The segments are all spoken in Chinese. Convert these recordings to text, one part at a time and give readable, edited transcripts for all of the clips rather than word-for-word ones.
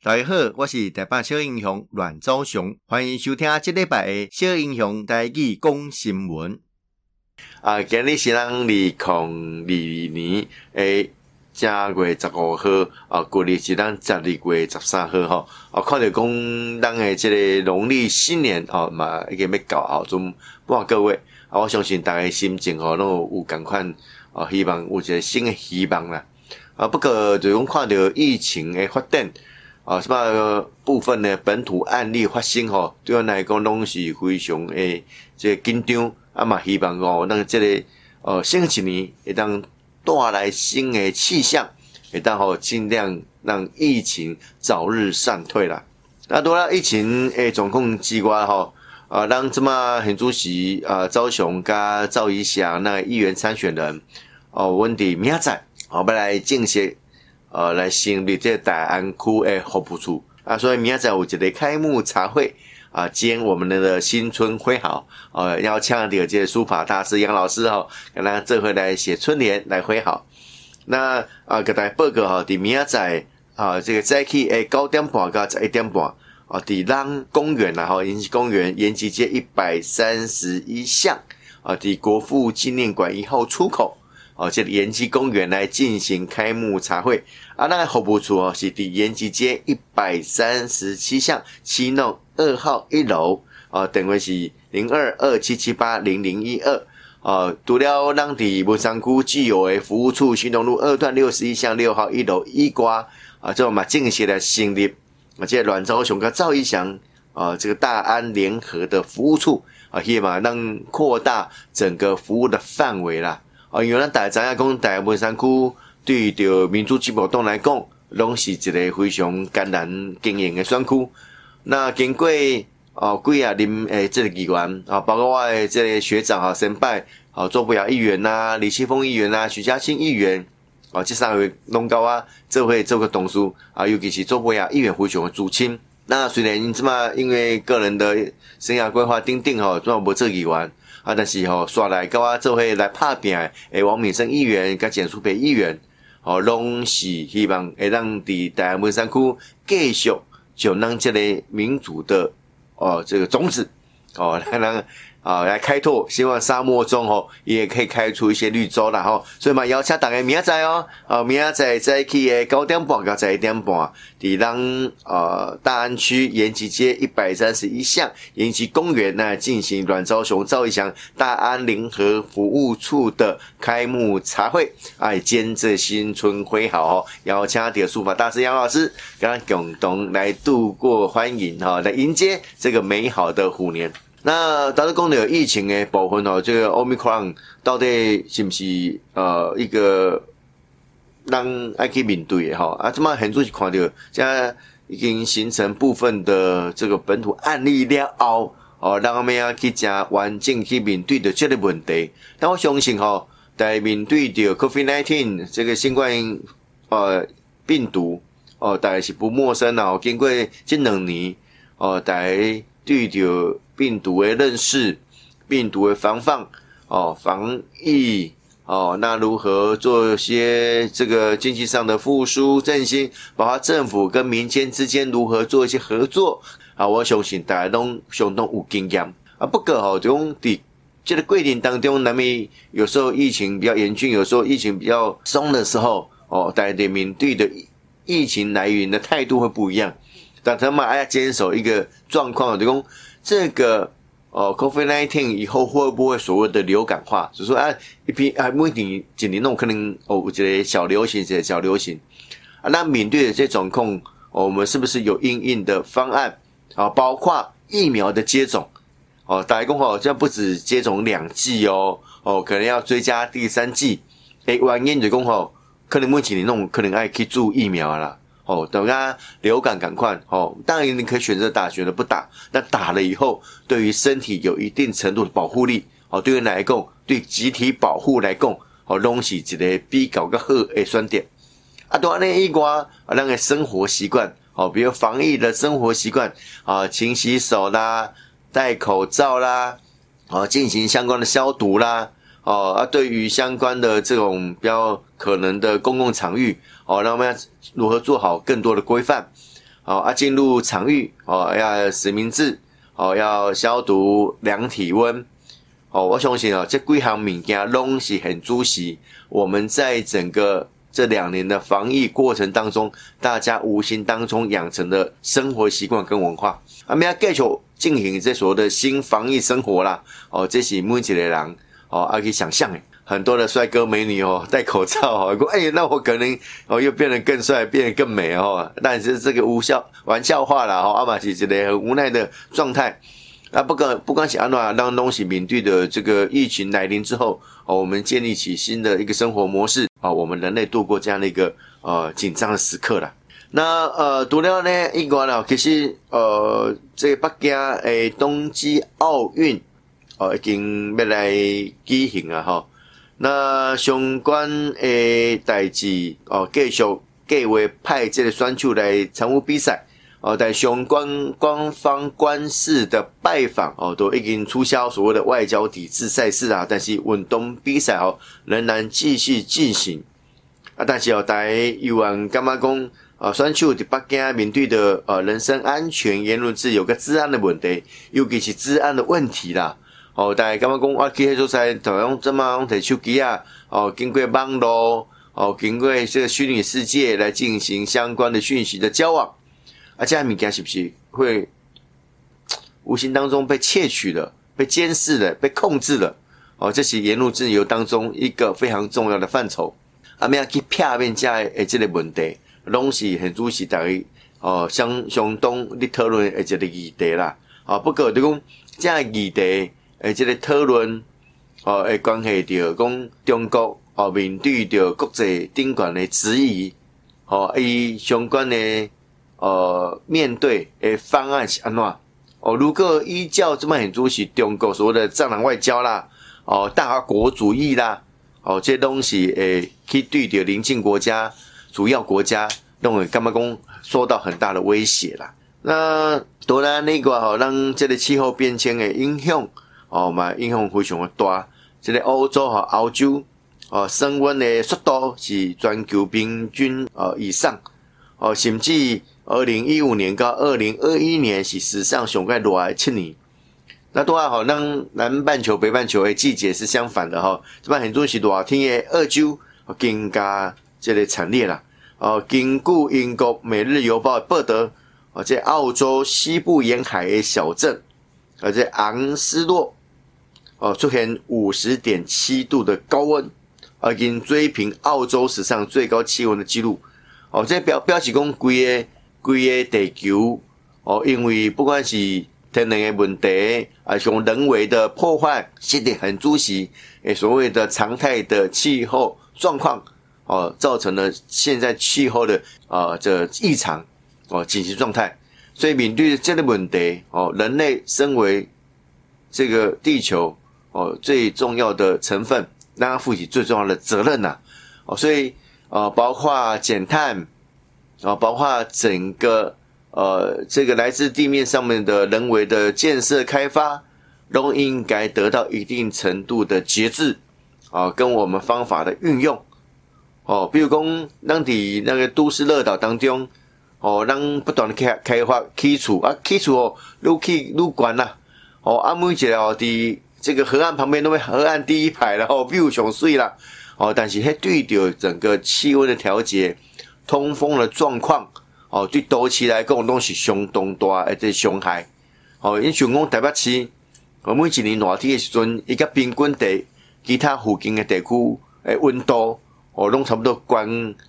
大家好，我是台北小英雄阮昭雄，欢迎收听这礼拜的小英雄台语讲新闻。今日是咱2022年的正月15号，旧历是咱12月13号吼。看到讲咱的这个农历新年嘛已经要到后阵半个月，我相信大家心情拢有同款希望有一个新的希望啦。不过就讲看到疫情的发展。什么部分呢？本土案例发生对咱来讲拢是非常的这个紧张，嘛希望咱这个新一年会当带来新的气象，会当尽量让疫情早日散退啦。那除了疫情的状况之外咱这么现主席昭雄甲赵怡翔那议员参选人阮伫明仔载要来正式来成立这大安区的服务处所以明仔载有一个开幕茶会兼我们的新春挥毫邀请到这个书法大师杨老师跟咱这回来写春联来挥毫。那给大家报告伫明仔载这个早起的9点半到11点半伫咱公园延吉公园延吉街131巷伫国父纪念馆1号出口这个延吉公园来进行开幕茶会咱的服务处是伫延吉街137巷7弄2号1楼电话是0227780012除了咱伫文山区既有的服务处新东路2段61巷6号1楼以外这嘛正式来成立这个阮昭雄跟赵怡翔这个大安联合的服务处希望让扩大整个服务的范围啦因为咱大家知影讲台文山区对着民主进步党来讲拢是一个非常艰难经营的选区。那经过几任这个议员包括我的这个学长先拜周伯雅议员李奇峰议员许嘉庆议员这三位拢甲我做个同事尤其是周伯雅议员非常的主亲。那虽然因为个人的生涯规划等等无做议员但是刷来跟我做伙来拍拼的王敏生议员跟简淑培议员拢是希望会让伫台湾文山区继续就让这个民主的这个种子来开拓，希望沙漠中也可以开出一些绿洲啦所以嘛邀请大家明仔载明仔载早起的9点半到11点半伫咱大安区延吉街131巷延吉公园进行阮昭雄赵怡翔大安联合服务处的开幕茶会兼这新春挥毫邀请到书法大师杨老师跟咱共同来度过欢迎来迎接这个美好的虎年。那大家讲到疫情的部分这个 Omicron 到底是不是一个咱要去面对的这么很多是看到这已经形成部分的这个本土案例了后让我们要去真完整去面对的这个问题。但我相信在面对着 COVID-19 这个新冠病毒大概是不陌生经过这2年大家对着病毒的认识，病毒的防范防疫那如何做一些这个经济上的复苏振兴，包括政府跟民间之间如何做一些合作我相信大家都相当有经验不过就讲在这个过程当中难免有时候疫情比较严峻，有时候疫情比较松的时候大家面对的疫情来源的态度会不一样，但他们要坚守一个状况就讲这个COVID-19 以后会不会所谓的流感化，就是说每年一年可能有一个小流行那面对的这种状况我们是不是有因应的方案包括疫苗的接种大家讲这样不止接种2剂可能要追加第3剂原因就讲可能每几年可能要去注疫苗啦等下流感赶快当然你可以选择打，选择不打，但打了以后对于身体有一定程度的保护力对人来讲，对集体保护来讲拢是一个比较好的选择当然以外咱的生活习惯比如防疫的生活习惯勤洗手啦，戴口罩啦进行相关的消毒啦对于相关的这种比较可能的公共场域那我们要如何做好更多的规范进入场域要实名制要消毒量体温我相信这几项物件拢是很主席我们在整个这2年的防疫过程当中，大家无形当中养成的生活习惯跟文化，我们要继续进行这所谓的新防疫生活啦。这是每一个人可以想象的。很多的帅哥美女戴口罩那我可能又变得更帅，变得更美但是这个玩笑话啦嘛是一个很无奈的状态。不管是怎样让东西面对的这个疫情来临之后我们建立起新的一个生活模式我们人类度过这样的一个紧张的时刻啦。那除了呢以外啦，其实这个北京的冬季奥运已经要来举行啊那相关的代志继续计划派这个选手来参与比赛在相关官方官司的拜访都已经取消所谓的外交抵制赛事但是运动比赛仍然继续进行但是大家有人感觉讲选手在北京面对的人身安全、言论自由跟治安的问题，尤其是治安的问题啦大家感觉讲去迄所在就用这么用摕手机经过网络经过这个虚拟世界来进行相关的讯息的交往这样的物件是不是会无形当中被窃取了、被监视了、被控制了这是言论自由当中一个非常重要的范畴要去片面这的这个问题拢是很主是大家相当咧讨论的一个议题啦不过就讲这样的议题这个讨论会关系到讲中国面对着国际顶悬的质疑伊相关的面对的方案是怎样如果依照这么很主是中国所谓的战狼外交啦大国主义啦这东西会去对着邻近国家主要国家都会感觉讲受到很大的威胁啦那当然那个让这个气候变迁的影响嘛影响非常的大这个欧洲和欧洲升温的速度是全球平均以上甚至2015年到2021年是史上上盖热的7年那当然让南半球北半球的季节是相反的这边很多是热天的澳洲更加这个惨烈啦根据英国每日邮报的报道这澳洲西部沿海的小镇这昂斯洛出现 50.7 度的高温已经追平澳洲史上最高气温的记录这表示讲规个地球因为不管是天然的问题像人为的破坏是得很主席所谓的常态的气候状况造成了现在气候的这异常紧急状态所以面对这个问题人类身为这个地球最重要的成分让它负起最重要的责任所以包括减碳包括整个这个来自地面上面的人为的建设开发都应该得到一定程度的节制跟我们方法的运用比如说咱在那个都市热岛当中咱不断的开发起厝起厝愈起愈悬啦每一个在这个河岸旁边都会河岸第一排啦比如上水啦但是迄对着整个气温的调节通风的状况对都市来讲都是相当大的伤害因像讲台北市每一年热天的时阵伊甲平均地其他附近的地区的温度拢差不多悬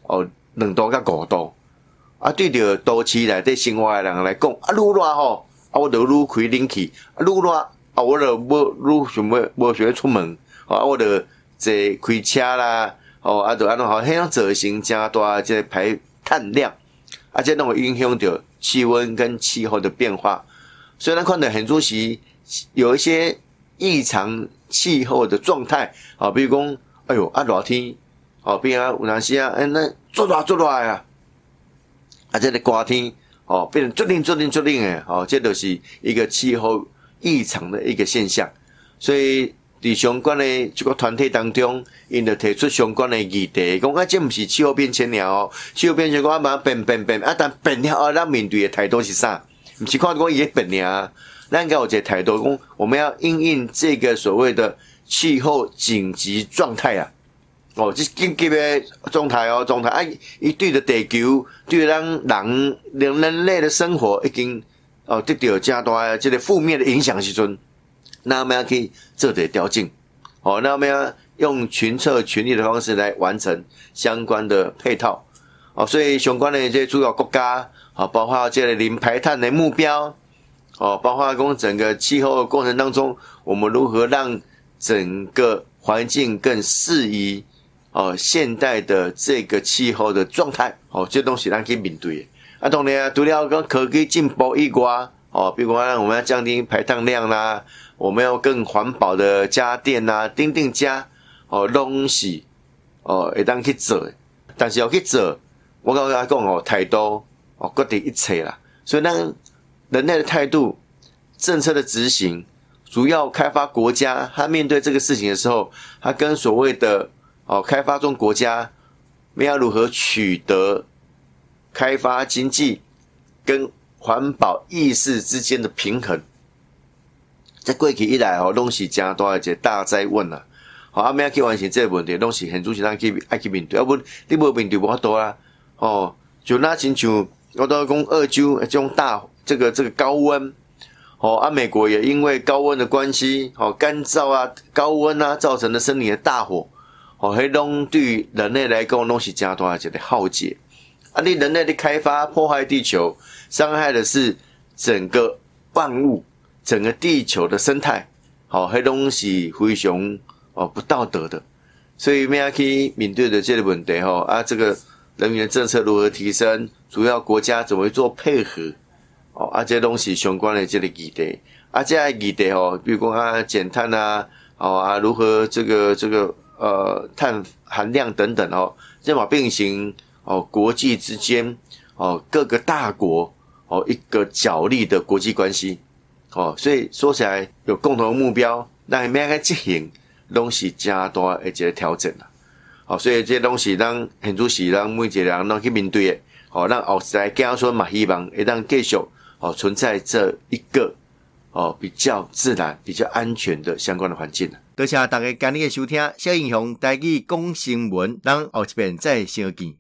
2度到5度对着都市内底生活的人来讲愈热我就愈开冷气愈热我就愈想要出门我就坐开车啦就安怎迄样造成真大这个排碳量这都会影响到气温跟气候的变化所以咱看到很多时有一些异常气候的状态比如说哎呦热天比如有当时那做热这个寒天变成足冷的这就是一个气候异常的一个现象所以伫相关的这个团体当中，因就提出相关的议题，讲这不是气候变迁了哦，气候变迁讲马上变，但变了后，咱面对的态度是啥？不是看讲伊变尔，咱应该有一个态度，讲我们要因应这个所谓的气候紧急状态啊。这紧急的状态伊对着地球，对咱人类的生活已经得到真大的这个负面的影响时阵，那我们要去做点调整，那我们要用群策群力的方式来完成相关的配套，所以相关的这些主要国家，包括这个零排碳的目标，包括讲整个气候的过程当中，我们如何让整个环境更适宜现代的这个气候的状态，这东西咱去面对的。当然除了讲科技进步以外，比如说我们要降低排碳量啦，我们要更环保的家电啦，等家拢是会当去做的。但是要去做，我跟大家讲态度决定一切啦。所以咱人类的态度、政策的执行，主要开发国家，他面对这个事情的时候，他跟所谓的开发中国家要如何取得开发经济跟环保意识之间的平衡，在过去以来拢是真大的一个大灾问啊！要去完成这个问题，拢是很主席咱爱去面对，要不你无面对无法度啦。就那亲像我都讲澳洲这种这个高温，美国也因为高温的关系，干燥啊、高温啊造成的森林的大火。迄拢对于人类来讲拢是真大的一个浩劫。你人类的开发破坏地球，伤害的是整个万物、整个地球的生态。迄拢是非常不道德的。所以要去面对的这个问题这个能源政策如何提升，主要国家怎么做配合，这东西相关的这个议题。这个议题比如讲减碳啊，如何这个碳含量等等这嘛并行国际之间各个大国一个角力的国际关系所以说起来有共同的目标，那要去执行，拢是真大的一个调整啦。所以这东西咱现主是咱每一个人拢去面对的，咱后世代子孙嘛希望会当继续存在这一个比较自然、比较安全的相关的环境。多谢大家今日的收听，小英雄台语讲新闻，咱后一遍再相见。